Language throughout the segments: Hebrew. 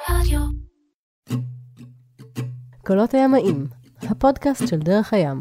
רדיו. קולות הימאים, הפודקאסט של דרך הים.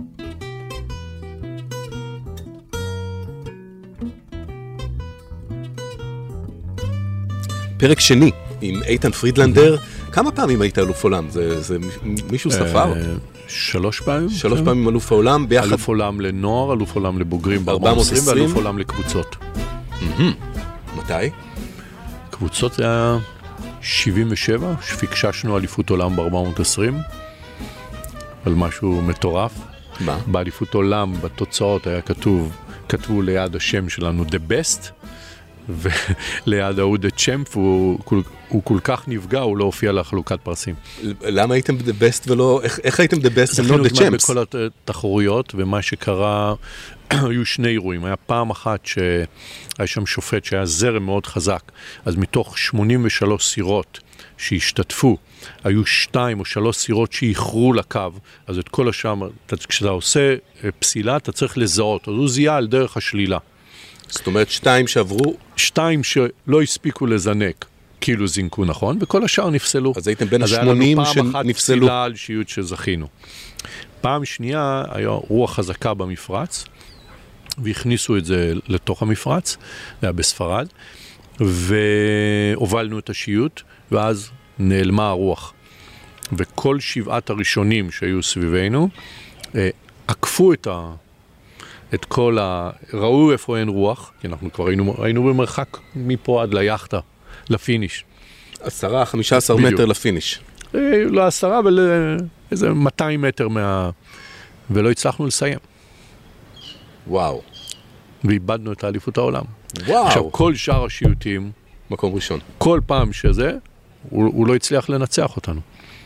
פרק שני עם איתן פרידלנדר. כמה פעמים היית אלוף עולם? זה מישהו ספר? 3 פעמים. 3 פעמים אלוף העולם ביחד. אלוף עולם לנוער, אלוף עולם לבוגרים ב-420 ואלוף עולם לקבוצות. מתי? קבוצות זה היה 77, שפיקששנו אליפות עולם ב-420, על משהו מטורף. מה? באליפות עולם, בתוצאות היה כתבו ליד השם שלנו The Best, וליד ההוא The Champ, הוא כל כך נפגע, הוא לא הופיע לחלוקת פרסים. למה הייתם The Best ולא, איך הייתם The Best ולא The Champs? בכל התחרויות, ומה שקרה, היו 2 אירועים. היה פעם אחת שהיה שם שופט שהיה זרם מאוד חזק, אז מתוך 83 סירות שהשתתפו, היו 2 או 3 סירות שאיחרו לקו, אז את כל השם, כשאתה עושה פסילה, אתה צריך לזהות, אז הוא זיהה על דרך השלילה. זאת אומרת 2 שעברו? 2 שלא הספיקו לזנק, כאילו זינקו נכון, וכל השאר נפסלו. אז הייתם בין ה-80 שנפסלו. אז היה לנו פעם אחת פסילה על שיעוד שזכינו. פעם שנייה היה רוח חזקה במפרץ, והכניסו את זה לתוך המפרץ, זה היה בספרד, והובלנו את השיעוד, ואז נעלמה הרוח. וכל 7 הראשונים שהיו סביבנו, עקפו את כל ראו איפה אין רוח, כי אנחנו כבר היינו במרחק מפה עד ליחטה, לפיניש. 10-15 מטר לפיניש. לא 10, אבל איזה 200 מטר ולא הצלחנו לסיים. וואו. ואיבדנו את האליפות העולם. וואו. עכשיו, כל שאר השיעוטים, מקום ראשון. כל פעם שזה, הוא לא הצליח לנצח אותנו.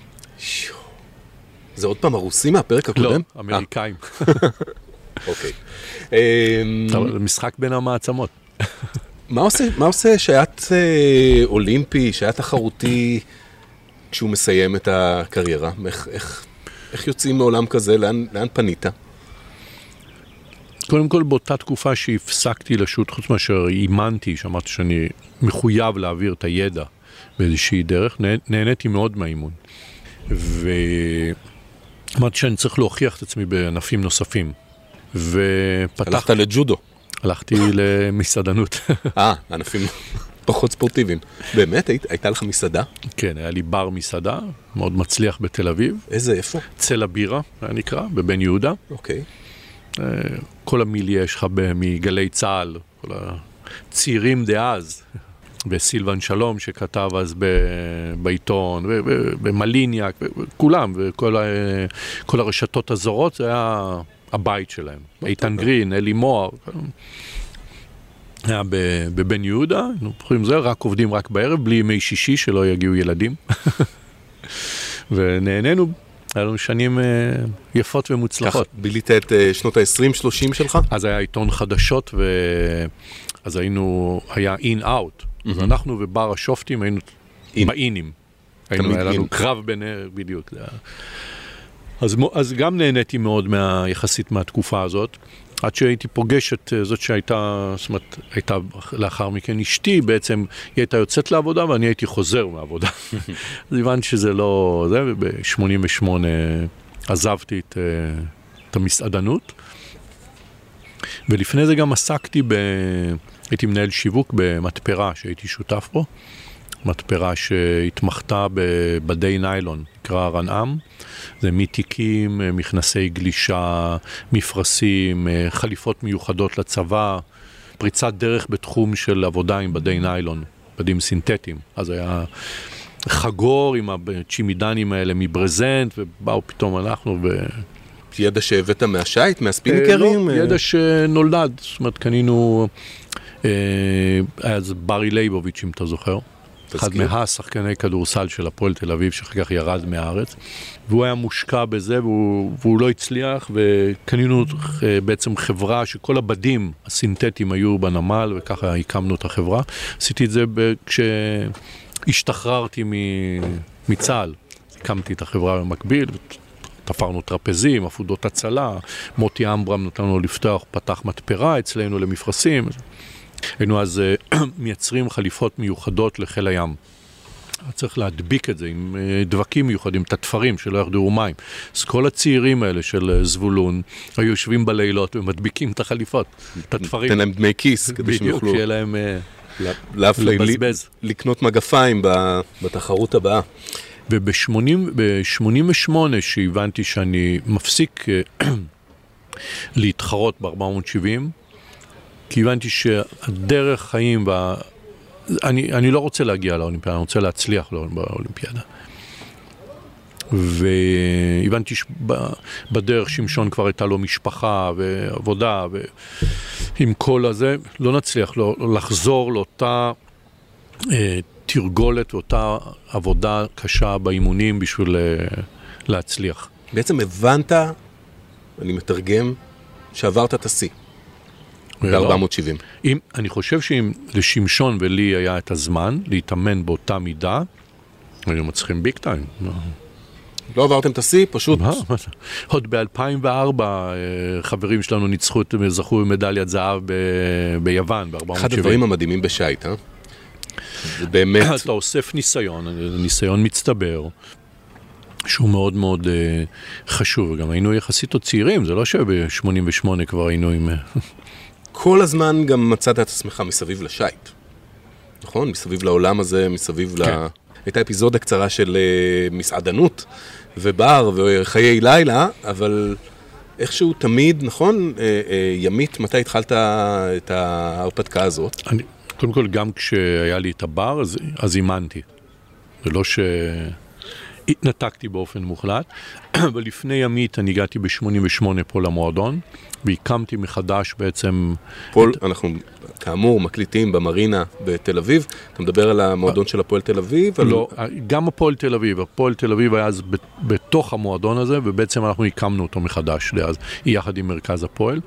זה עוד פעם הרוסים מהפרק הקודם? לא, אמריקאים. אוקיי. זה משחק בין המעצמות. מה עושה שאת אולימפי, שאת תחרותי, כשהוא מסיים את הקריירה? איך יוצאים מעולם כזה? לאן פנית? קודם כל, באותה תקופה שהפסקתי לשוט, חוץ מאשר אימנתי, שאמרתי שאני מחויב להעביר את הידע באיזושהי דרך, נהניתי מאוד מהאימון. ואמרתי שאני צריך להוכיח את עצמי בענפים נוספים. הלכת לג'ודו. הלכתי למסעדנות. ענפים פחות ספורטיביים. באמת? הייתה לך מסעדה? כן, היה לי בר מסעדה, מאוד מצליח בתל אביב. איזה, איפה? צל הבירה, היה נקרא, בבן יהודה. אוקיי. כל המיליה יש לך מגלי צהל, כל הצעירים דאז, וסילבן שלום שכתב אז בעיתון, במליניאק, כולם, וכל הרשתות הזרות, זה היה הבית שלהם. איתן גרין, אלי מוהר, היה בבן יהודה, רק עובדים רק בערב, בלי ימי שישי שלא יגיעו ילדים. ונהנינו, היה לנו שנים יפות ומוצלחות. כך בילית את שנות ה-20-30 שלך? אז היה עיתון חדשות, אז היה אין-אאוט. אז אנחנו ובר השופטים היינו באינים. היה לנו קרב בדיוק. אז גם נהניתי מאוד יחסית מהתקופה הזאת, עד שהייתי פוגש את זאת שהייתה, זאת אומרת, הייתה לאחר מכן אשתי, בעצם היא הייתה יוצאת לעבודה ואני הייתי חוזר מהעבודה. אז הבנתי שזה לא, ב-88 עזבתי את המסעדנות, ולפני זה גם עסקתי הייתי מנהל שיווק במתפרה שהייתי שותף פה, מתפרה שהתמחתה בבדי ניילון, נקרא רנעם, זה מתיקים, מכנסי גלישה, מפרסים, חליפות מיוחדות לצבא, פריצת דרך בתחום של עבודה עם בדי ניילון, בדים סינתטיים. אז היה חגור עם הצ'ימידנים האלה מברזנט, ובאו פתאום אנחנו ידע שהבאת מהשייט, מהספינקרים? לא, ידע שנולד, זאת אומרת, קנינו, אז ברי לייבוביץ', אם אתה זוכר. אחד מהשחקני כדורסל של הפועל תל אביב, שאחר כך ירד מהארץ, והוא היה מושקע בזה, והוא לא הצליח, וקנינו בעצם חברה שכל הבדים הסינתטיים היו בנמל, וככה הקמנו את החברה. עשיתי את זה כשהשתחררתי מצה"ל, הקמתי את החברה במקביל, תפרנו טרפזים, עפודות הצלה, מוטי אמברם נתנו לפתוח, פתח מתפרה אצלנו למפרסים, היינו אז מייצרים חליפות מיוחדות לחיל הים. צריך להדביק את זה עם דבקים מיוחדים, את התפרים שלא יחדרו מים. אז כל הצעירים האלה של זבולון היו יושבים בלילות ומדביקים את החליפות, את התפרים. תן להם דמי כיס כדי שהם יוכלו... בדיוק, שיהיה להם לבזבז. לקנות מגפיים בתחרות הבאה. וב-88 שהבנתי שאני מפסיק להתחרות ב-470, כי הבנתי שהדרך חיים אני לא רוצה להגיע לאולימפיאדה, אני רוצה להצליח באולימפיאדה. והבנתי שבדרך שמשון כבר הייתה לו משפחה ועבודה, ועם כל הזה לא נצליח לחזור לאותה תרגולת ואותה עבודה קשה באימונים בשביל להצליח. בעצם הבנת, אני מתרגם, שעברת את השיא. ב-470. אני חושב שאם לשמשון ולי היה את הזמן להתאמן באותה מידה, היינו מצליחים ביג טיים. לא עברתם את השיא, פשוט... עוד ב-2004 חברים שלנו זכו במדליית זהב ביוון, ב-470. אחד הדברים המדהימים בשייט, זה באמת... אתה אוסף ניסיון מצטבר, שהוא מאוד מאוד חשוב. גם היינו יחסית עוד צעירים, זה לא שב-88 כבר היינו עם... כל הזמן גם מצאת את עצמך מסביב לשייט, נכון? מסביב לעולם הזה, מסביב ל... הייתה אפיזודה קצרה של מסעדנות ובר וחיי לילה, אבל איכשהו תמיד, נכון? ימית, מתי התחלת את ההרפתקה הזאת? קודם כל, גם כשהיה לי את הבר, אז אימנתי. זה לא שהתנתקתי באופן מוחלט, אבל לפני ימית אני הגעתי ב-88 פה למועדון, והקמתי מחדש בעצם... פול, אנחנו כאמור מקליטים במרינה בתל אביב, אתה מדבר על המועדון של הפועל תל אביב? לא, גם הפועל תל אביב. הפועל תל אביב היה אז בתוך המועדון הזה, ובעצם אנחנו הקמנו אותו מחדש לאז, יחד עם מרכז הפועל.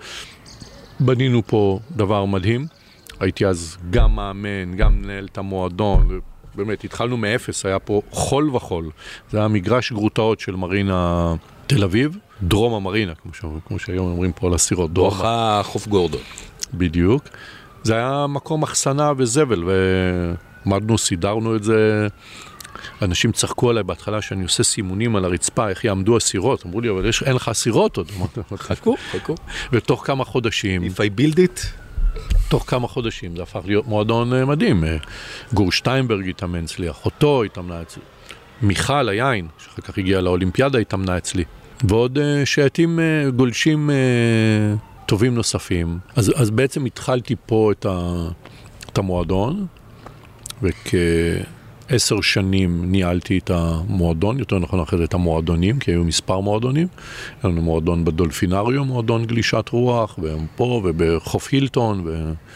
בנינו פה דבר מדהים, הייתי אז גם מאמן, גם מנהל את המועדון, באמת התחלנו מאפס, היה פה חול וחול. זה היה מגרש גרוטאות של מרינה תל אביב, דרום המרינה, כמו שהיום אומרים פה על הסירות. דרוחה חוף גורדון. בדיוק. זה היה מקום מחסנה וזבל, ועמדנו, סידרנו את זה. אנשים צחקו עליי בהתחלה שאני עושה סימונים על הרצפה, איך יעמדו הסירות. אמרו לי, אבל אין לך סירות עוד. חכו. ותוך כמה חודשים... If I build it... תוך כמה חודשים זה הפך להיות מועדון מדהים. גור שטיינברג התאמן אצלי, אחותו התאמנה אצלי. מיכל היין, שאחר כך הגיעה לאולימפיאדה, התאמנה אצלי. ועוד שייטים גולשים טובים נוספים. אז בעצם התחלתי פה את המועדון, וכ10 שנים ניהלתי את המועדון, יותר נכון אחרי זה את המועדונים, כי היו מספר מועדונים. היה לנו מועדון בדולפינריום, מועדון גלישת רוח, ופה ובחוף הילטון,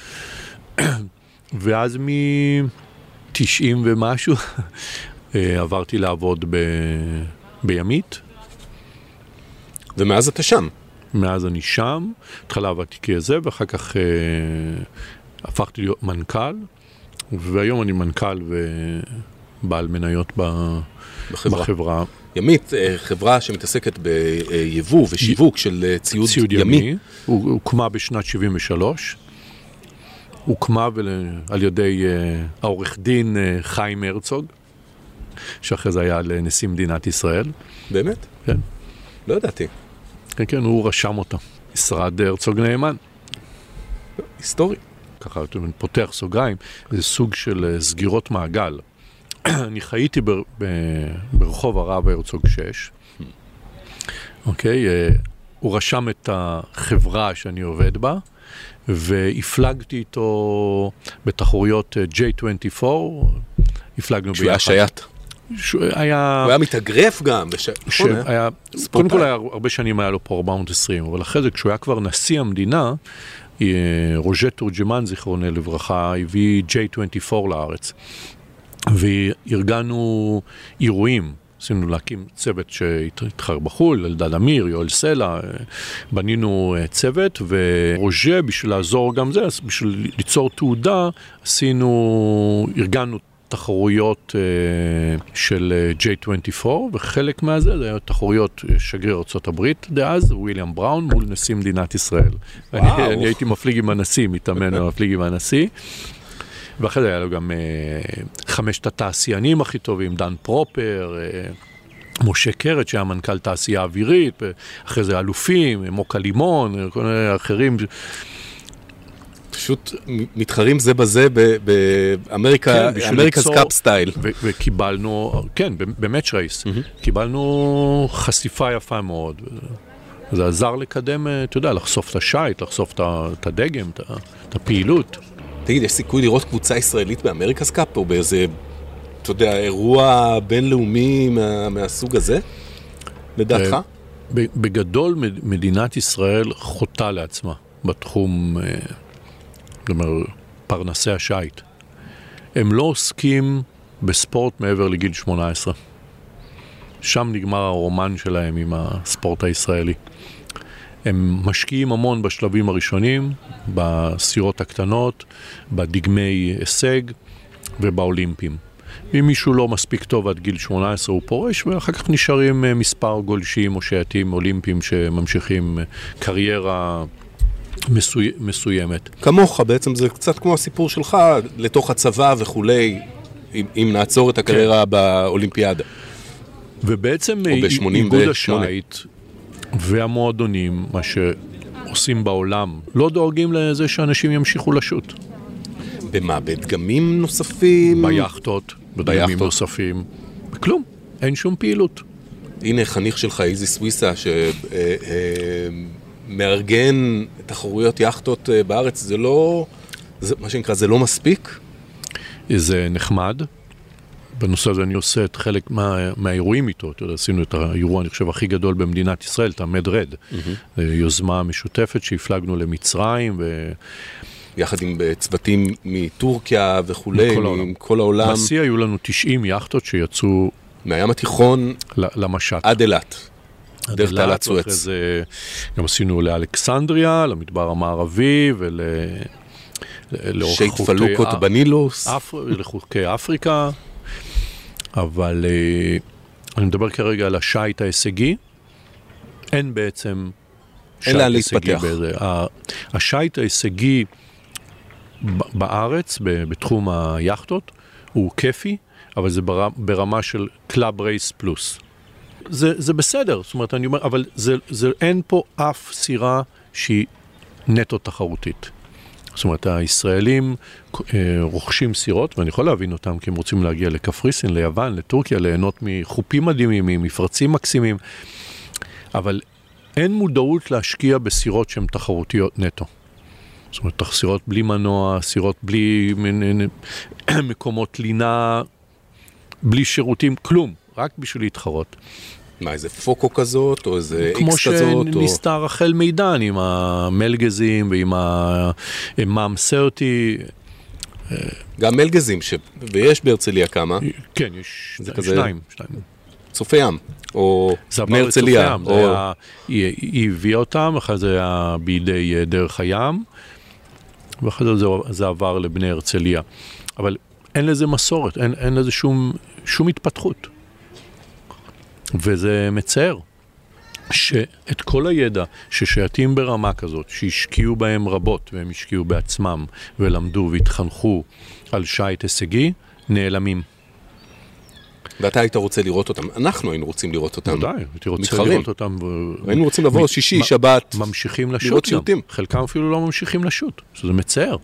ואז מ-90 ומשהו עברתי לעבוד בימית. ומאז אתה שם? מאז אני שם, התחלה עבדתי כזה, ואחר כך הפכתי להיות מנכ"ל, והיום אני מנכ"ל ובעל מניות בחברה. ימית, חברה שמתעסקת ביבוא ושיווק של ציוד ימי. הוקמה בשנת 73, הוקמה על ידי העורך דין חיים הרצוג, שאחרי זה היה לנשיא מדינת ישראל. באמת? כן. לא ידעתי. כן, הוא רשם אותה. משרד הרצוג נאמן. היסטורי. ככה, פותח סוגריים, זה סוג של סגירות מעגל. אני חייתי ברחוב הרב הרצוג 6. אוקיי, הוא רשם את החברה שאני עובד בה, והפלגתי איתו בתחרויות J24, הפלגנו ביחד. שהוא היה שייט. הוא היה מתאגרף גם. קודם כל, הרבה שנים היה לו פה 420, אבל אחרי זה, כשהוא היה כבר נשיא המדינה, רוז'ה תורג'מן, זיכרונו לברכה, הביא J24 לארץ. וארגנו אירועים, עשינו להקים צוות שהתחר בחול, אלדד אמיר, יואל סלע, בנינו צוות, ורוז'ה, בשביל לעזור גם זה, בשביל ליצור תעודה, ארגנו תחרויות של J24, וחלק מהזה, זה היה תחרויות שגריר ארצות הברית דאז, וויליאם בראון, מול נשיא מדינת ישראל. אני הייתי מפליג עם הנשיא, מתאמן ומפליג עם הנשיא, ואחרי זה היה לו גם 5 התעשיינים הכי טובים, דן פרופר, משה קרת שהיה מנכ"ל תעשייה אווירית, אחרי זה אלופים, מוקה לימון, כל מיני אחרים. פשוט מתחרים זה בזה באמריקה קאפ סטייל. וקיבלנו, כן, במאץ' רייס, קיבלנו חשיפה יפה מאוד. זה עזר לקדם, אתה יודע, לחשוף את השייט, לחשוף את הדגם, את הפעילות. תגיד, יש סיכוי לראות קבוצה ישראלית באמריקה קאפ, או באיזה, אתה יודע, אירוע בינלאומי מהסוג הזה, לדעתך? בגדול, מדינת ישראל חוטאה לעצמה בתחום, זאת אומרת, פרנסי השייט. הם לא עוסקים בספורט מעבר לגיל 18. שם נגמר הרומן שלהם עם הספורט הישראלי. הם משקיעים המון בשלבים הראשונים, בסירות הקטנות, בדגמי הישג ובאולימפים. אם מישהו לא מספיק טוב עד גיל 18 הוא פורש, ואחר כך נשארים מספר גולשים או שייטים אולימפיים שממשיכים קריירה מסוימת. כמוך, בעצם זה קצת כמו הסיפור שלך, לתוך הצבא וכולי, אם נעצור את הקריירה באולימפיאדה. ובעצם איגוד השייט והמועדונים, מה שעושים בעולם, לא דואגים לזה שאנשים ימשיכו לשוט. במה? בדגמים נוספים? ביחטות, בדגמים נוספים. בכלום, אין שום פעילות. הנה חניך שלך, איזי סוויסה, שמארגן תחרויות יחטות בארץ, זה לא, מה שנקרא, זה לא מספיק? זה נחמד. בנושא הזה אני עושה את חלק מהאירועים איתו. עשינו את האירוע, אני חושב, הכי גדול במדינת ישראל, את המד-רד. יוזמה משותפת שהפלגנו למצרים יחד עם צוותים מטורקיה וכולי, עם כל העולם. בשיא היו לנו 90 יחטות שיצאו מהים התיכון למשט. עד אילת. דרך תעלת סואץ. גם עשינו לאלכסנדריה, למדבר המערבי שייט פלוקות בנילוס. לחוקי אפריקה. אבל אני מדבר כרגע על השייט ההישגי. אין בעצם שייט הישגי. השייט ההישגי בארץ, בתחום היחטות, הוא כיפי, אבל זה ברמה של קלאב רייס פלוס. זה בסדר, זאת אומרת, אני אומר, אבל אין פה אף סירה שהיא נטו תחרותית. זאת אומרת, הישראלים רוכשים סירות, ואני יכול להבין אותם, כי הם רוצים להגיע לקפריסין, ליוון, לטורקיה, ליהנות מחופים מדהימים, ממפרצים מקסימים, אבל אין מודעות להשקיע בסירות שהן תחרותיות נטו. זאת אומרת, סירות בלי מנוע, סירות בלי מקומות לינה, בלי שירותים, כלום, רק בשביל להתחרות. מה, איזה פוקו כזאת, או איזה איקס כזאת? כמו שניסתה רחל מידן עם המלגזים ועם המאם סרטי. גם מלגזים, ויש בהרצליה כמה. כן, יש שניים. צופי ים, או מהרצליה. היא הביאה אותם, אחרי זה היה בידי דרך הים, ואחרי זה עבר לבני הרצליה. אבל אין לזה מסורת, אין לזה שום התפתחות. וזה מצער שאת כל הידע ששייטים ברמה כזאת, שהשקיעו בהם רבות, והם השקיעו בעצמם, ולמדו והתחנכו על שייט הישגי, נעלמים. ואתה היית רוצה לראות אותם, אנחנו היינו רוצים לראות אותם. ודאי, הייתי רוצה לראות אותם. היינו רוצים לבוא שישי, שבת, ממשיכים לשוט גם. חלקם אפילו לא ממשיכים לשוט, שזה מצער.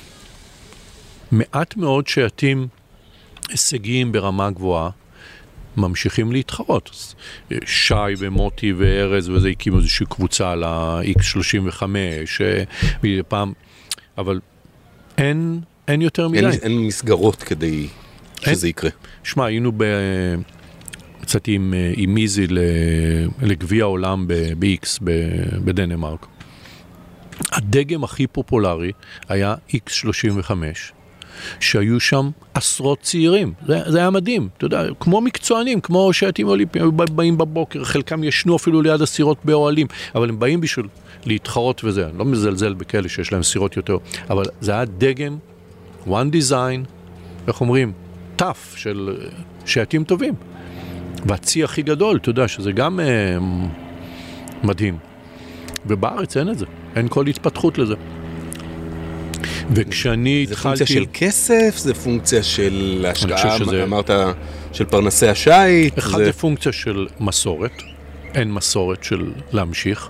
מעט מאוד שייטים הישגיים ברמה גבוהה, ממשיכים להתחרות. שי ומוטי וארז וזה הקימו איזושהי קבוצה על ה-X35, פעם, אבל אין יותר מדי. אין מסגרות כדי שזה יקרה. שמע, היינו יצאתי עם מיזי לגביע העולם ב-X בדנמרק. הדגם הכי פופולרי היה X35. שהיו שם עשרות צעירים. זה היה מדהים. אתה יודע, כמו מקצוענים, כמו שייטים אולימפיים, באים בבוקר, חלקם ישנו אפילו ליד הסירות באוהלים, אבל הם באים בשביל להתחרות וזה. אני לא מזלזל בכאלה שיש להם סירות יותר, אבל זה היה דגם, one design, איך אומרים, טף של שייטים טובים. והצי הכי גדול, אתה יודע, שזה גם מדהים. ובארץ אין את זה. אין כל התפתחות לזה. וכשאני זה התחלתי... פונקציה של כסף? זה פונקציה של השקעה? שזה... אמרת של פרנסי השייט? אחד זה פונקציה של מסורת, אין מסורת של להמשיך,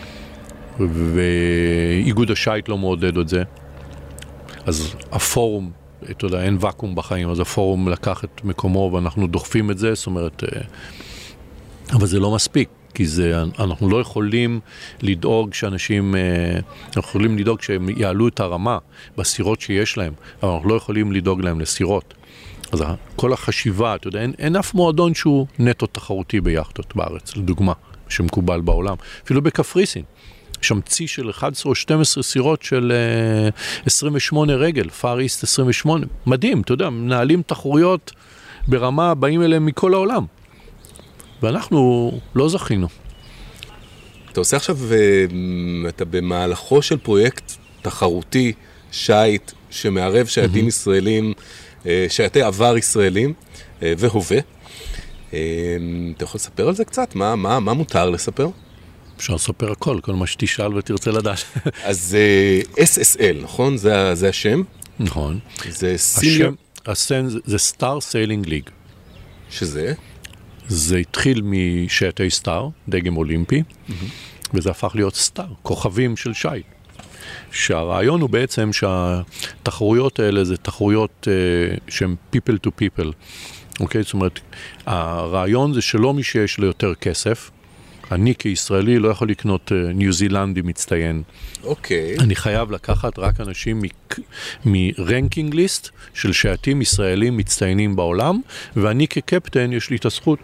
ואיגוד השייט לא מעודד את זה. אז הפורום, אתה יודע, אין וקום בחיים, אז הפורום לקח את מקומו ואנחנו דוחפים את זה, זאת אומרת, אבל זה לא מספיק, כי אנחנו לא יכולים לדאוג שאנשים, אנחנו יכולים לדאוג שהם יעלו את הרמה בסירות שיש להם, אבל אנחנו לא יכולים לדאוג להם לסירות. אז כל החשיבה, אתה יודע, אין אף מועדון שהוא נטו תחרותי ביחדות בארץ, לדוגמה, שמקובל בעולם, אפילו בקפריסין. שם צי של 11 או 12 סירות של 28 רגל, פאר איסט 28, מדהים, אתה יודע, מנהלים תחרויות ברמה, באים אליהם מכל העולם. ואנחנו לא זכינו. אתה עושה עכשיו, אתה במהלכו של פרויקט תחרותי, שייט, שמערב שייטים ישראלים, שייטי עבר ישראלים והווה. אתה יכול לספר על זה קצת? מה מותר לספר? אפשר לספר הכל, כל מה שתשאל ותרצה לדעת. אז SSL, נכון? זה השם? נכון. השם זה Star Sailing League. שזה? זה התחיל משייטי סטאר, דגם אולימפי, וזה הפך להיות סטאר, כוכבים של שייט. שהרעיון הוא בעצם שהתחרויות האלה זה תחרויות שהן people to people. אוקיי? זאת אומרת, הרעיון זה שלא מי שיש לו יותר כסף, אני כישראלי לא יכול לקנות ניו זילנדי מצטיין. אוקיי. אני חייב לקחת רק אנשים מרנקינג ליסט של שייטים ישראלים מצטיינים בעולם, ואני כקפטן יש לי את הזכות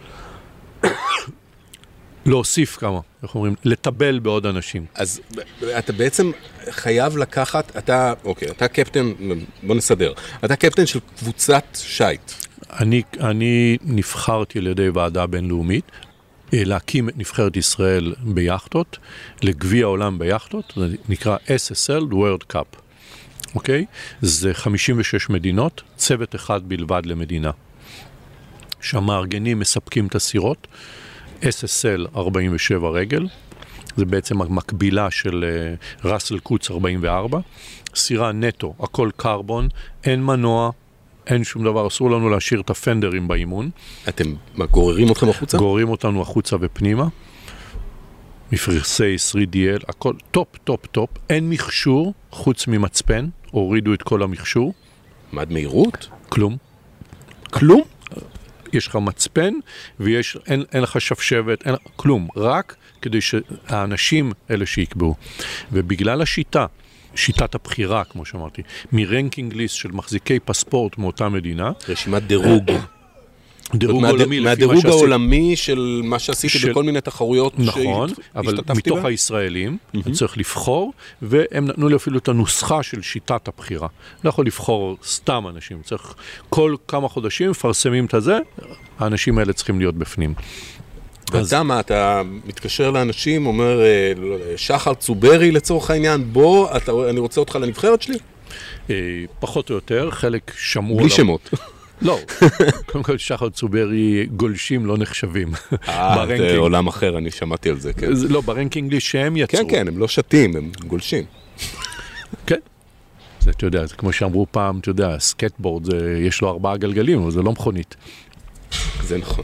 להוסיף כמה, איך אומרים, לטבל בעוד אנשים. אז אתה בעצם חייב לקחת, אתה קפטן, בוא נסדר, אתה קפטן של קבוצת שייט. אני נבחרתי על ידי ועדה בינלאומית, להקים את נבחרת ישראל ביחדות, לגביע העולם ביחדות, זה נקרא SSL World Cup, אוקיי? זה 56 מדינות, צוות אחד בלבד למדינה. שהמארגנים מספקים את הסירות, SSL 47 רגל, זה בעצם המקבילה של ראסל קוץ 44, סירה נטו, הכל קרבון, אין מנוע, אין שום דבר, אסור לנו להשאיר את הפנדרים באימון. אתם גוררים אתכם החוצה? גוררים אותנו החוצה ופנימה. מפרסי 3DL, הכל טופ, טופ, טופ. אין מכשור חוץ ממצפן, הורידו את כל המכשור. מד מהירות? כלום. כלום? יש לך מצפן ואין לך שפשבת, כלום. רק כדי שהאנשים אלה שיקבעו. ובגלל שיטת הבחירה, כמו שאמרתי, מרנקינג ליסט של מחזיקי פספורט מאותה מדינה. רשימת דירוג. דירוג עולמי. מהדירוג העולמי של מה שעשיתי בכל מיני תחרויות נכון, אבל מתוך הישראלים, צריך לבחור, והם נתנו לי אפילו את הנוסחה של שיטת הבחירה. לא יכול לבחור סתם אנשים, צריך כל כמה חודשים מפרסמים את זה, האנשים האלה צריכים להיות בפנים. ואתה מה, אתה מתקשר לאנשים, אומר, שחר צוברי לצורך העניין, בוא, אני רוצה אותך לנבחרת שלי? פחות או יותר, חלק שמעו... בלי שמות. לא, קודם כל שחר צוברי גולשים לא נחשבים. זה עולם אחר, אני שמעתי על זה, כן. לא, ברנקינג לי שהם יצרו. כן, כן, הם לא שתים, הם גולשים. כן. זה, אתה יודע, זה כמו שאמרו פעם, אתה יודע, סקטבורד, יש לו 4 גלגלים, אבל זה לא מכונית. זה נכון.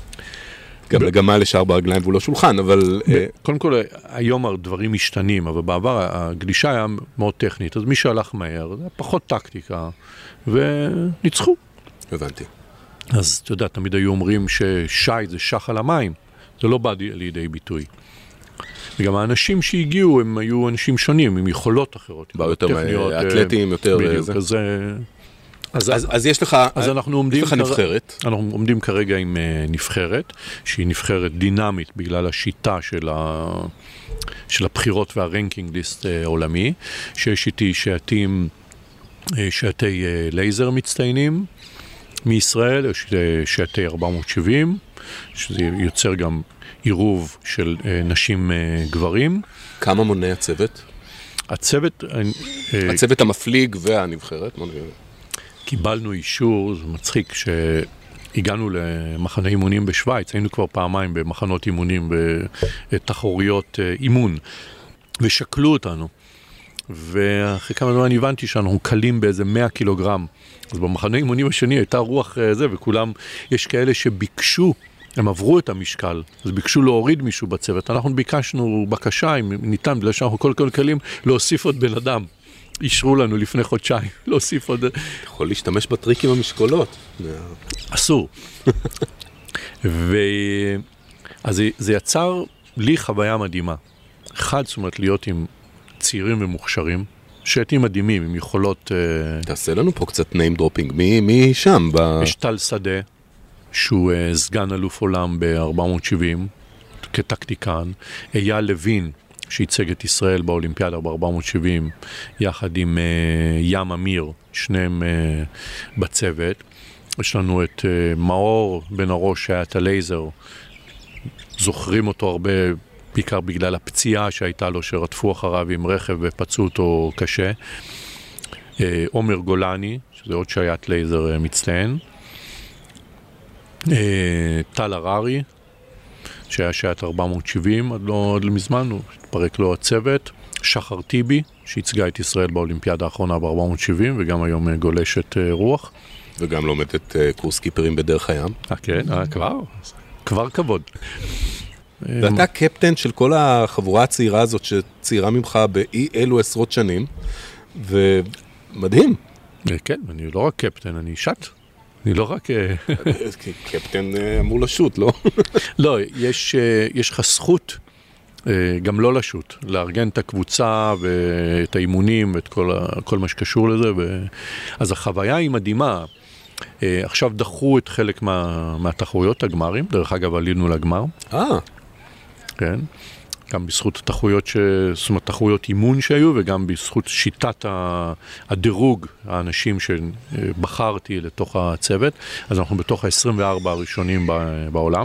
גם לגמל יש 4 רגליים והוא לא שולחן, אבל... קודם כל, היום הדברים משתנים, אבל בעבר הגלישה היה מאוד טכנית, אז מי שהלך מהר, זה פחות טקטיקה, וניצחו. הבנתי. אז אתה יודע, תמיד היו אומרים ששייט זה שח על המים, זה לא בא לידי ביטוי. וגם האנשים שהגיעו, הם היו אנשים שונים, עם יכולות אחרות. באו יותר אתלטיים, יותר... בדיוק, אז יש לך נבחרת. אנחנו עומדים כרגע עם נבחרת, שהיא נבחרת דינמית בגלל השיטה של הבחירות והרנקינג ליסט עולמי, שיש איתי שייטי לייזר מצטיינים מישראל, יש שייטי 470, שזה יוצר גם עירוב של נשים גברים. כמה מונה הצוות? הצוות המפליג והנבחרת. קיבלנו אישור, זה מצחיק, שהגענו למחנה אימונים בשוויץ, היינו כבר פעמיים במחנות אימונים, בתחרויות אימון, ושקלו אותנו. ואחרי כמה זמן הבנתי שאנחנו קלים באיזה 100 קילוגרם. אז במחנה אימונים השני הייתה רוח זה, וכולם, יש כאלה שביקשו, הם עברו את המשקל, אז ביקשו להוריד מישהו בצוות. אנחנו ביקשנו בקשה, אם ניתן, בגלל שאנחנו כל קלים, להוסיף עוד בן אדם. אישרו לנו לפני חודשיים, להוסיף עוד... יכול להשתמש בטריק עם המשקולות. אסור. אז זה יצר לי חוויה מדהימה. אחד, זאת אומרת, להיות עם צעירים ומוכשרים, שייטים מדהימים, עם יכולות... תעשה לנו פה קצת name dropping, מי שם? יש טל שדה, שהוא סגן אלוף עולם ב-470, כטקטיקן. אייל לוין, שייצג את ישראל באולימפיאדה ב-470, יחד עם ים אמיר, שניהם בצוות. יש לנו את מאור בן הראש, שהיה את הלייזר, זוכרים אותו הרבה, בעיקר בגלל הפציעה שהייתה לו, שרדפו אחריו עם רכב ופצעו אותו קשה. עומר גולני, שזה עוד שייט לייזר מצטיין. טל הררי, שהיה שייט 470, עד לא מזמן, הוא התפרק לו הצוות. שחר טיבי, שייצגה את ישראל באולימפיאדה האחרונה ב-470, וגם היום גולשת רוח. וגם לומדת קורס קיפרים בדרך הים. כן, כבר כבוד. ואתה קפטן של כל החבורה הצעירה הזאת, שצעירה ממך באי אלו עשרות שנים, ומדהים. כן, אני לא רק קפטן, אני שט. אני לא רק... קפטן אמור לשוט, לא? לא, יש לך זכות גם לא לשוט, לארגן את הקבוצה ואת האימונים ואת כל מה שקשור לזה. אז החוויה היא מדהימה. עכשיו דחו את חלק מהתחרויות, הגמרים. דרך אגב, עלינו לגמר. כן. גם בזכות התחרויות, זאת אומרת, תחרויות אימון שהיו, וגם בזכות שיטת הדירוג, האנשים שבחרתי לתוך הצוות. אז אנחנו בתוך ה-24 הראשונים בעולם.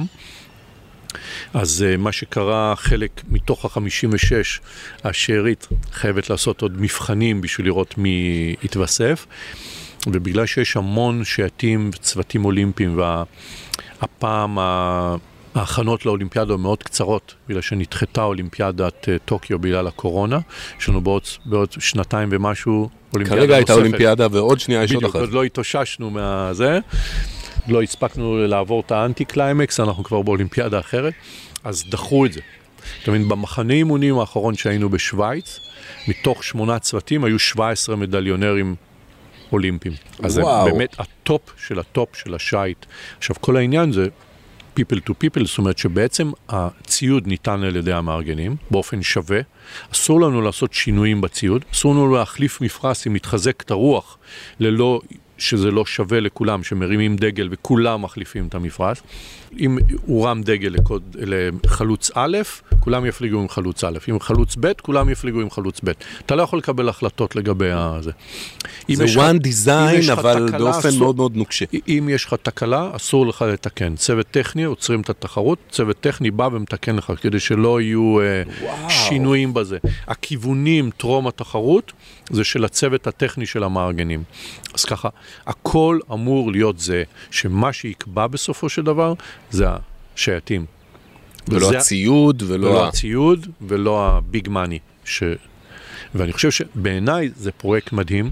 אז מה שקרה, חלק מתוך ה-56, השארית חייבת לעשות עוד מבחנים בשביל לראות מי יתווסף. ובגלל שיש המון שייטים וצוותים אולימפיים, והפעם ההכנות לאולימפיאדה מאוד קצרות, בגלל שנדחתה אולימפיאדת טוקיו בגלל הקורונה, יש לנו בעוד שנתיים ומשהו אולימפיאדה נוספת. כרגע הייתה אולימפיאדה ועוד שנייה יש עוד אחת. בדיוק, עוד לא התאוששנו מהזה, לא הספקנו לעבור את האנטי-קליימקס, אנחנו כבר באולימפיאדה אחרת, אז דחו את זה. זאת אומרת, במחנה אימונים האחרון שהיינו בשוויץ, מתוך 8 צוותים היו 17 מדליונרים אולימפיים. אז זה באמת הטופ של השייט. עכשיו, כל העניין זה people to people, זאת אומרת שבעצם הציוד ניתן על ידי המארגנים באופן שווה. אסור לנו לעשות שינויים בציוד, אסור לנו להחליף מפרס אם מתחזק את הרוח ללא שזה לא שווה לכולם, שמרימים דגל וכולם מחליפים את המפרס. אם הוא רם דגל לחלוץ א', כולם יפליגו עם חלוץ א'. אם חלוץ ב', כולם יפליגו עם חלוץ ב'. אתה לא יכול לקבל החלטות לגבי זה. זה one design, אבל באופן מאוד מאוד נוקשה. אם יש לך תקלה, אסור לך לתקן. צוות טכני, עוצרים את התחרות, צוות טכני בא ומתקן לך, כדי שלא יהיו שינויים בזה. הכיוונים טרום התחרות, זה של הצוות הטכני של המארגנים. אז ככה, הכל אמור להיות זה, שמה שיקבע בסופו של דבר, זה השייטים. ולא הציוד, ולא הציוד, ולא הביג מאני. ואני חושב שבעיניי זה פרויקט מדהים.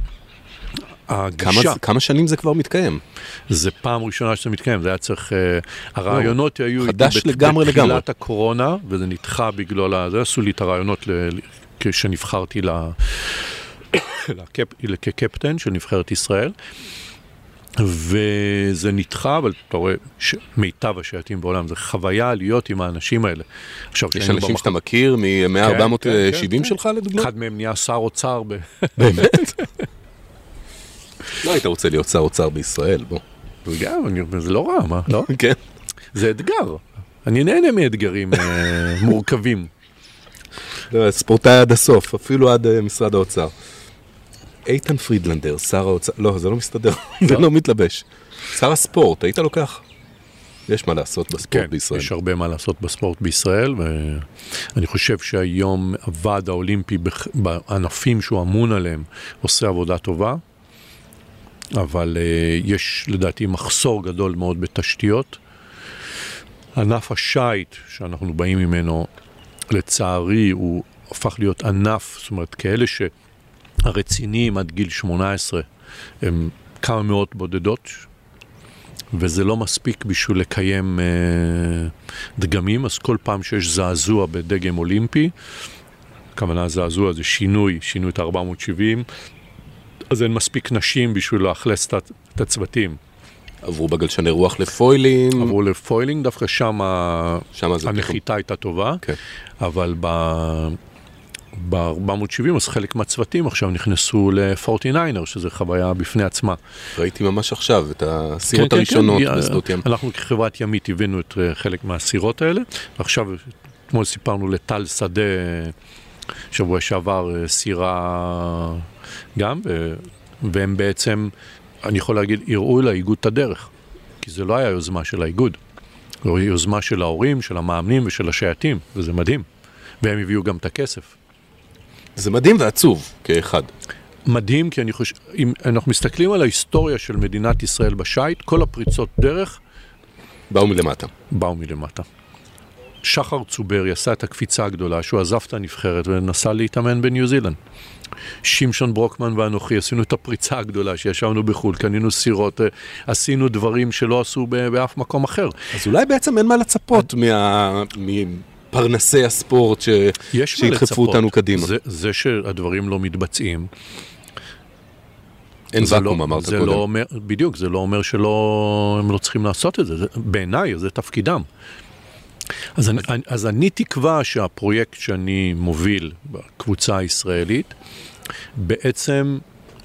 כמה שנים זה כבר מתקיים? זה פעם ראשונה שזה מתקיים, זה היה צריך... הרעיונות היו חדש לגמרי. בתחילת הקורונה, וזה נדחה בגלל... זה עשו לי את הרעיונות כשנבחרתי כקפטן של נבחרת ישראל. וזה נדחה, אבל אתה רואה מיטב השייטים בעולם, זה חוויה להיות עם האנשים האלה. יש אנשים שאתה מכיר מ-470 שלך לדוגמה? אחד מהם נהיה שר אוצר. באמת? לא היית רוצה להיות שר אוצר בישראל, בוא. וגם, זה לא רע, מה? לא? כן. זה אתגר. אני נהנה מאתגרים מורכבים. ספורטאי עד הסוף, אפילו עד משרד האוצר. איתן פרידלנדר, שר האוצר, לא, זה לא מסתדר, זה לא מתלבש. שר הספורט, היית לוקח? יש מה לעשות בספורט בישראל. כן, יש הרבה מה לעשות בספורט בישראל, ואני חושב שהיום הוועד האולימפי בענפים שהוא אמון עליהם עושה עבודה טובה, אבל יש לדעתי מחסור גדול מאוד בתשתיות. ענף השייט שאנחנו באים ממנו, לצערי, הוא הפך להיות ענף, זאת אומרת, כאלה הרציניים עד גיל 18 הם כמה מאות בודדות, וזה לא מספיק בשביל לקיים דגמים, אז כל פעם שיש זעזוע בדגם אולימפי, כמובן זעזוע זה שינוי את 470, אז אין מספיק נשים בשביל לאכלס את הצוותים. עברו בגלשני רוח לפוילינג. עברו לפוילינג, דווקא שם הנחיתה הייתה טובה, אבל ב-470, אז חלק מהצוותים עכשיו נכנסו ל-49er, שזה חוויה בפני עצמה. ראיתי ממש עכשיו את הסירות הראשונות בשדות ים. אנחנו כחברת ימית הבאנו את חלק מהסירות האלה, ועכשיו, כמו סיפרנו לטל שדה, שבוע שעבר סירה גם, והם בעצם, אני יכול להגיד, הראו לאיגוד את הדרך, כי זה לא היה יוזמה של האיגוד, זה היה יוזמה של ההורים, של המאמנים ושל השייטים, וזה מדהים, והם הביאו גם את הכסף. זה מדהים ועצוב כאחד. מדהים, כי אני חושב, אם אנחנו מסתכלים על ההיסטוריה של מדינת ישראל בשייט, כל הפריצות דרך באו מלמטה. שחר צוברי עשה את הקפיצה הגדולה, שהוא עזב את הנבחרת ונסע להתאמן בניו זילנד. שמשון ברוקמן ואנוכי עשינו את הפריצה הגדולה, שישבנו בחול, קנינו סירות, עשינו דברים שלא עשו באף מקום אחר. אז אולי בעצם אין מה לצפות מפרנסי הספורט שידחפו אותנו קדימה. זה שהדברים לא מתבצעים. אין ואקום, אמרת קודם. בדיוק, זה לא אומר שהם לא צריכים לעשות את זה. בעיניי, זה תפקידם. אז אני תקווה שהפרויקט שאני מוביל בקבוצה הישראלית בעצם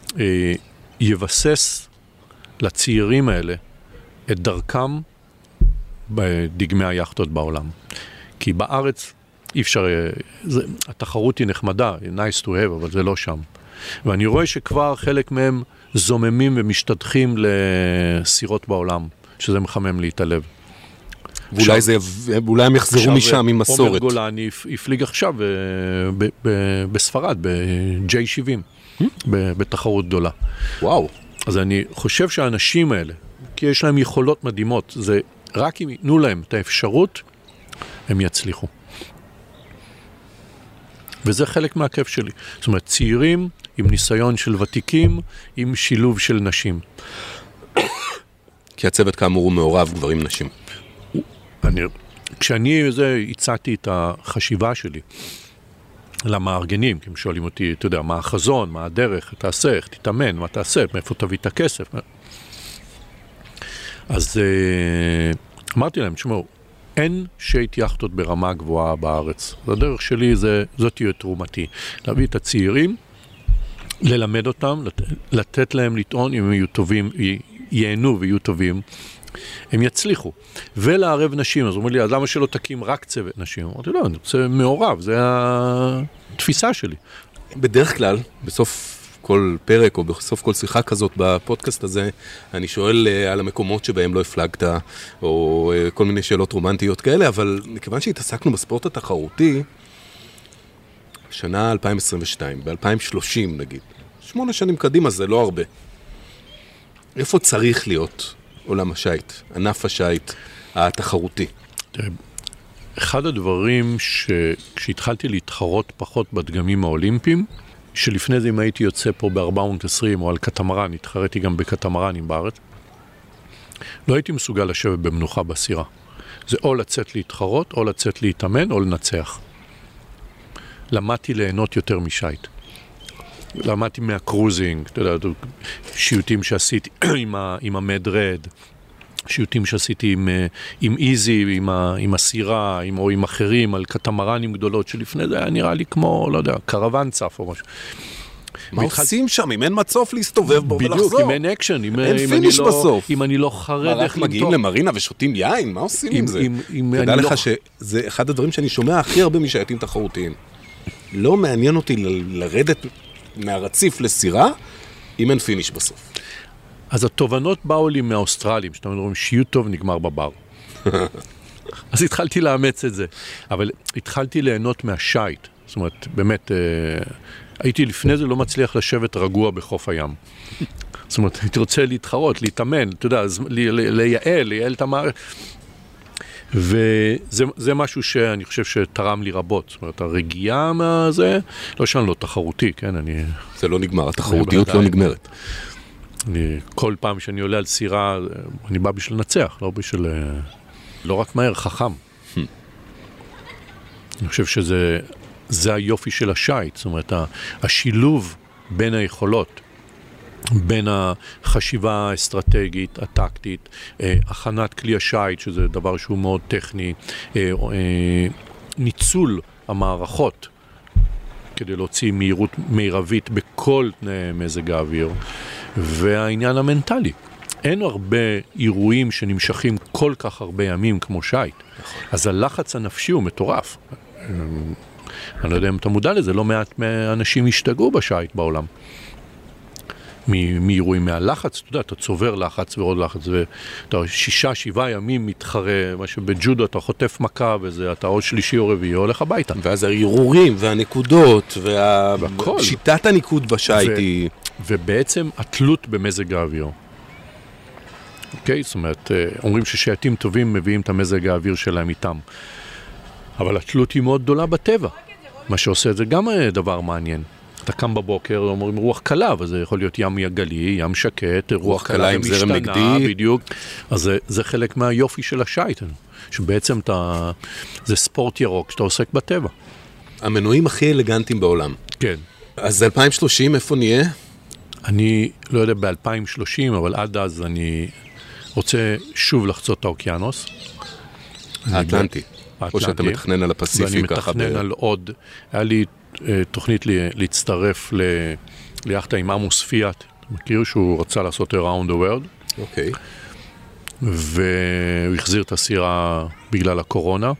יבסס לצעירים האלה את דרכם בדגמי היחטות בעולם. כי בארץ אי אפשר, התחרות היא נחמדה, nice to have, אבל זה לא שם. ואני רואה שכבר חלק מהם זוממים ומשתדכים לסירות בעולם, שזה מחמם לי את הלב. ואולי הם יחזרו משם עם מסורת. עומר גולני הפליג עכשיו בספרד, ב-J70, בתחרות גדולה. וואו. אז אני חושב שהאנשים האלה, כי יש להם יכולות מדהימות, זה רק אם ייתנו להם את האפשרות, הם יצליחו. וזה חלק מהכיף שלי. זאת אומרת, צעירים עם ניסיון של ותיקים, עם שילוב של נשים. כי הצוות כאמור הוא מעורב גברים נשים. כשאני הצעתי את החשיבה שלי למארגנים, כי הם שואלים אותי, אתה יודע, מה החזון, מה הדרך, תעשה, איך תתאמן, מה תעשה, מאיפה תביא את הכסף. אז אמרתי להם, תשמעו, אין שייט יחטות ברמה גבוהה בארץ. הדרך שלי זאת תהיה תרומתי. להביא את הצעירים, ללמד אותם, לתת להם לטעון אם הם יהיו טובים, ייהנו ויהיו טובים, הם יצליחו. ולערב נשים, אז הוא אומר לי, אז למה שלא תקים רק צוות נשים? אמרתי, לא, אני רוצה מעורב, זה התפיסה שלי. בדרך כלל, בסוף כל פרק או בסוף כל שיחה כזאת בפודקאסט הזה, אני שואל על המקומות שבהם לא הפלגת, או כל מיני שאלות רומנטיות כאלה, אבל מכיוון שהתעסקנו בספורט התחרותי, שנה 2022, ב-2030 נגיד, 8 שנים קדימה זה לא הרבה. איפה צריך להיות עולם השייט, ענף השייט התחרותי? אחד הדברים כשהתחלתי להתחרות פחות בדגמים האולימפיים, שלפני זה אם הייתי יוצא פה ב-420 או על קטמרן, התחרתי גם בקטמרנים בארץ, לא הייתי מסוגל לשבת במנוחה בסירה. זה או לצאת להתחרות, או לצאת להתאמן, או לנצח. למדתי ליהנות יותר משייט. למדתי מהקרוזינג, אתה יודע, שיוטים שעשיתי עם המדרד, שיוטים שעשיתי עם איזי, עם הסירה, או עם אחרים, על קטמרנים גדולות, שלפני זה היה נראה לי כמו, לא יודע, קרוון צף או משהו. מה עושים שם? אם אין מצוף להסתובב בו ולחזור. בדיוק, אם אין אקשן, אין פיניש בסוף. אם אני לא חרד איך מגיעים למרינה ושותים יין, מה עושים עם זה? תדע לך שזה אחד הדברים שאני שומע הכי הרבה משייטים תחרותיים. לא מעניין אותי לרדת מהרציף לסירה, אם אין פיניש בסוף. אז התובנות באו לי מהאוסטרלים, שאתם אומרים, שיהיו טוב נגמר בבר. אז התחלתי לאמץ את זה. אבל התחלתי ליהנות מהשייט. זאת אומרת, באמת, הייתי לפני זה לא מצליח לשבת רגוע בחוף הים. זאת אומרת, הייתי רוצה להתחרות, להתאמן, אתה יודע, לייעל את המערכת. וזה משהו שאני חושב שתרם לי רבות. זאת אומרת, הרגיעה מהזה, לא שאני לא תחרותי, כן? זה לא נגמר, התחרותיות לא נגמרת. כל פעם שאני עולה על סירה, אני בא בשביל לנצח, לא רק מהר, חכם. אני חושב שזה היופי של השייט, זאת אומרת, השילוב בין היכולות, בין החשיבה האסטרטגית, הטקטית, הכנת כלי השייט, שזה דבר שהוא מאוד טכני, ניצול המערכות, כדי להוציא מהירות מירבית בכל תנאי מזג האוויר, והעניין המנטלי. אין הרבה אירועים שנמשכים כל כך הרבה ימים כמו שייט. אז הלחץ הנפשי הוא מטורף. אני לא יודע אם אתה מודע לזה, לא מעט אנשים השתגעו בשייט בעולם. מאירועים מהלחץ, אתה יודע, אתה צובר לחץ ועוד לחץ, ואתה 6-7 ימים מתחרה, מה שבג'ודו אתה חוטף מכה, וזה אתה עוד שלישי או רביעי, הולך הביתה. ואז הערעורים והנקודות, ושיטת הניקוד בשייט היא... ובעצם התלות במזג האוויר. אוקיי? זאת אומרת, אומרים ששייטים טובים מביאים את המזג האוויר שלהם איתם. אבל התלות היא מאוד גדולה בטבע. מה שעושה את זה גם דבר מעניין. אתה קם בבוקר, אומרים רוח קלה, וזה יכול להיות ים יגלי, ים שקט, רוח קלה עם זרם נגדי. בדיוק. אז זה חלק מהיופי של השייט, שבעצם זה ספורט ירוק שאתה עוסק בטבע. המנועים הכי אלגנטיים בעולם. כן. אז 2030 איפה נהיה? אני לא יודע ב-2030, אבל עד אז אני רוצה שוב לחצות את האוקיינוס. האטלנטי. או שאתה מתכנן על הפסיפיק. ואני מתכנן על עוד, היה לי תוכנית להצטרף ליחדה עם עמוס פיאט, אתה מכיר שהוא רצה לעשות around the world. אוקיי. והוא החזיר את הסירה בגלל הקורונה.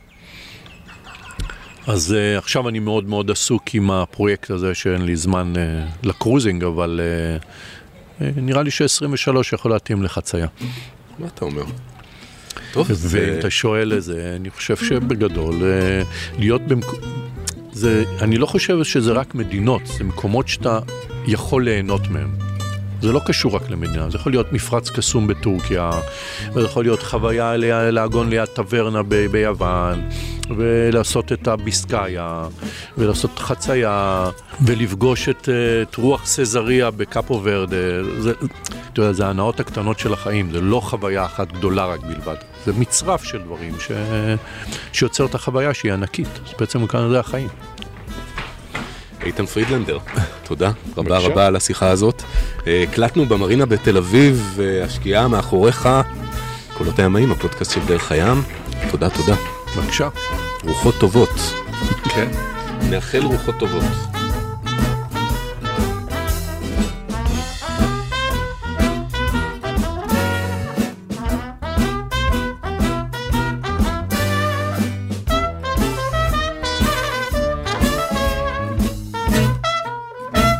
אז עכשיו אני מאוד מאוד עסוק עם הפרויקט הזה שאין לי זמן לקרוזינג, אבל נראה לי ש-23 יכול להתאים לחצייה. מה אתה אומר? ואם אתה שואל איזה, אני חושב שבגדול, להיות אני לא חושב שזה רק מדינות, זה מקומות שאתה יכול ליהנות מהם. זה לא קשור רק למדינה, זה יכול להיות מפרץ קסום בטורקיה, וזה יכול להיות חוויה להגון ליד טברנה ביוון, ולעשות את הביסקאיה, ולעשות חצייה, ולפגוש את רוח סזריה בקאפו ורדה. אתה יודע, זה ההנאות הקטנות של החיים, זה לא חוויה אחת גדולה רק בלבד. זה מצרף של דברים שיוצר את החוויה שהיא ענקית. אז בעצם כאן זה החיים. איתן פרידלנדר, תודה רבה רבה על השיחה הזאת. הקלטנו במרינה בתל אביב, השקיעה מאחוריך, קולות הימאים, הפודקאסט של דרך הים. תודה. בבקשה. רוחות טובות. כן. נאחל רוחות טובות.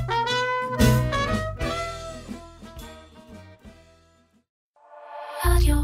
Radio